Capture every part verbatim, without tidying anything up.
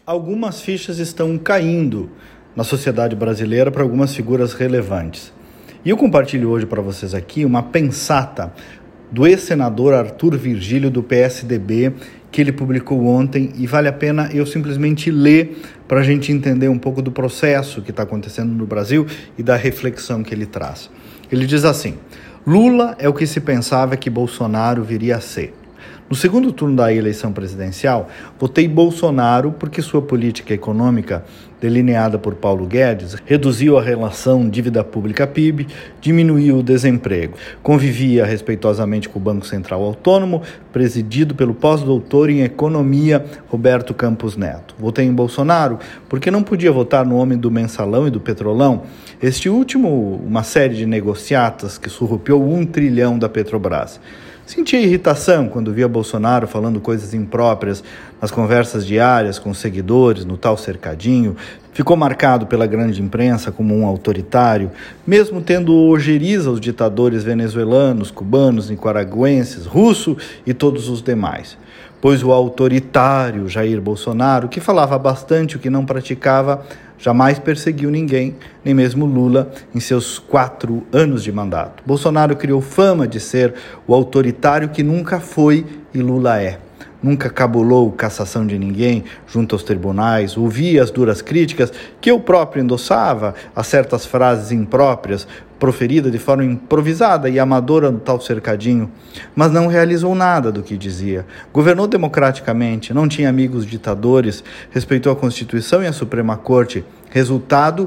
Algumas fichas estão caindo na sociedade brasileira para algumas figuras relevantes. E eu compartilho hoje para vocês aqui uma pensata do ex-senador Arthur Virgílio, do P S D B, que ele publicou ontem, e vale a pena eu simplesmente ler para a gente entender um pouco do processo que está acontecendo no Brasil e da reflexão que ele traz. Ele diz assim: Lula é o que se pensava que Bolsonaro viria a ser. No segundo turno da eleição presidencial, votei Bolsonaro porque sua política econômica, delineada por Paulo Guedes, reduziu a relação dívida pública-P I B, diminuiu o desemprego, convivia respeitosamente com o Banco Central Autônomo, presidido pelo pós-doutor em economia Roberto Campos Neto. Votei em Bolsonaro porque não podia votar no homem do mensalão e do petrolão, este último uma série de negociatas que surrupiou um trilhão da Petrobras. Sentia irritação quando via Bolsonaro falando coisas impróprias nas conversas diárias com seguidores, no tal cercadinho. Ficou marcado pela grande imprensa como um autoritário, mesmo tendo ojeriza aos ditadores venezuelanos, cubanos, nicaragüenses, russo e todos os demais. Pois o autoritário Jair Bolsonaro, que falava bastante o que não praticava, jamais perseguiu ninguém, nem mesmo Lula, em seus quatro anos de mandato. Bolsonaro criou fama de ser o autoritário que nunca foi e Lula é. Nunca cabulou cassação de ninguém junto aos tribunais, ouvia as duras críticas que eu próprio endossava a certas frases impróprias, proferidas de forma improvisada e amadora no tal cercadinho, mas não realizou nada do que dizia. Governou democraticamente, não tinha amigos ditadores, respeitou a Constituição e a Suprema Corte. Resultado: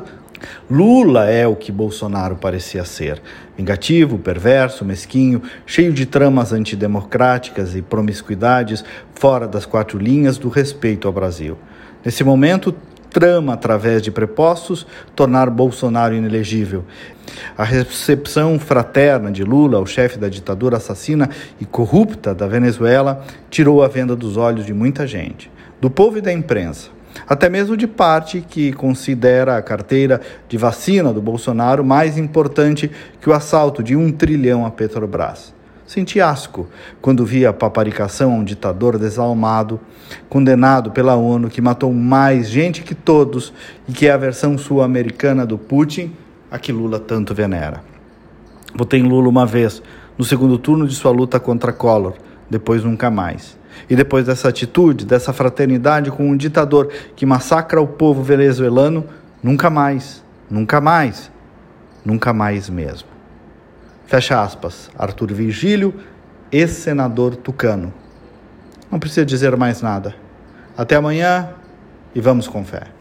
Lula é o que Bolsonaro parecia ser: vingativo, perverso, mesquinho, cheio de tramas antidemocráticas e promiscuidades fora das quatro linhas do respeito ao Brasil. Nesse momento, trama, através de prepostos, tornar Bolsonaro inelegível. A recepção fraterna de Lula, o chefe da ditadura assassina e corrupta da Venezuela, tirou a venda dos olhos de muita gente, do povo e da imprensa. Até mesmo de parte que considera a carteira de vacina do Bolsonaro mais importante que o assalto de um trilhão à Petrobras. Senti asco quando vi a paparicação a um ditador desalmado, condenado pela ONU, que matou mais gente que todos e que é a versão sul-americana do Putin, a que Lula tanto venera. Votei em Lula uma vez, no segundo turno de sua luta contra Collor, depois nunca mais. E depois dessa atitude, dessa fraternidade com um ditador que massacra o povo venezuelano, nunca mais, nunca mais, nunca mais mesmo. Fecha aspas, Arthur Virgílio, ex-senador tucano. Não precisa dizer mais nada. Até amanhã e vamos com fé.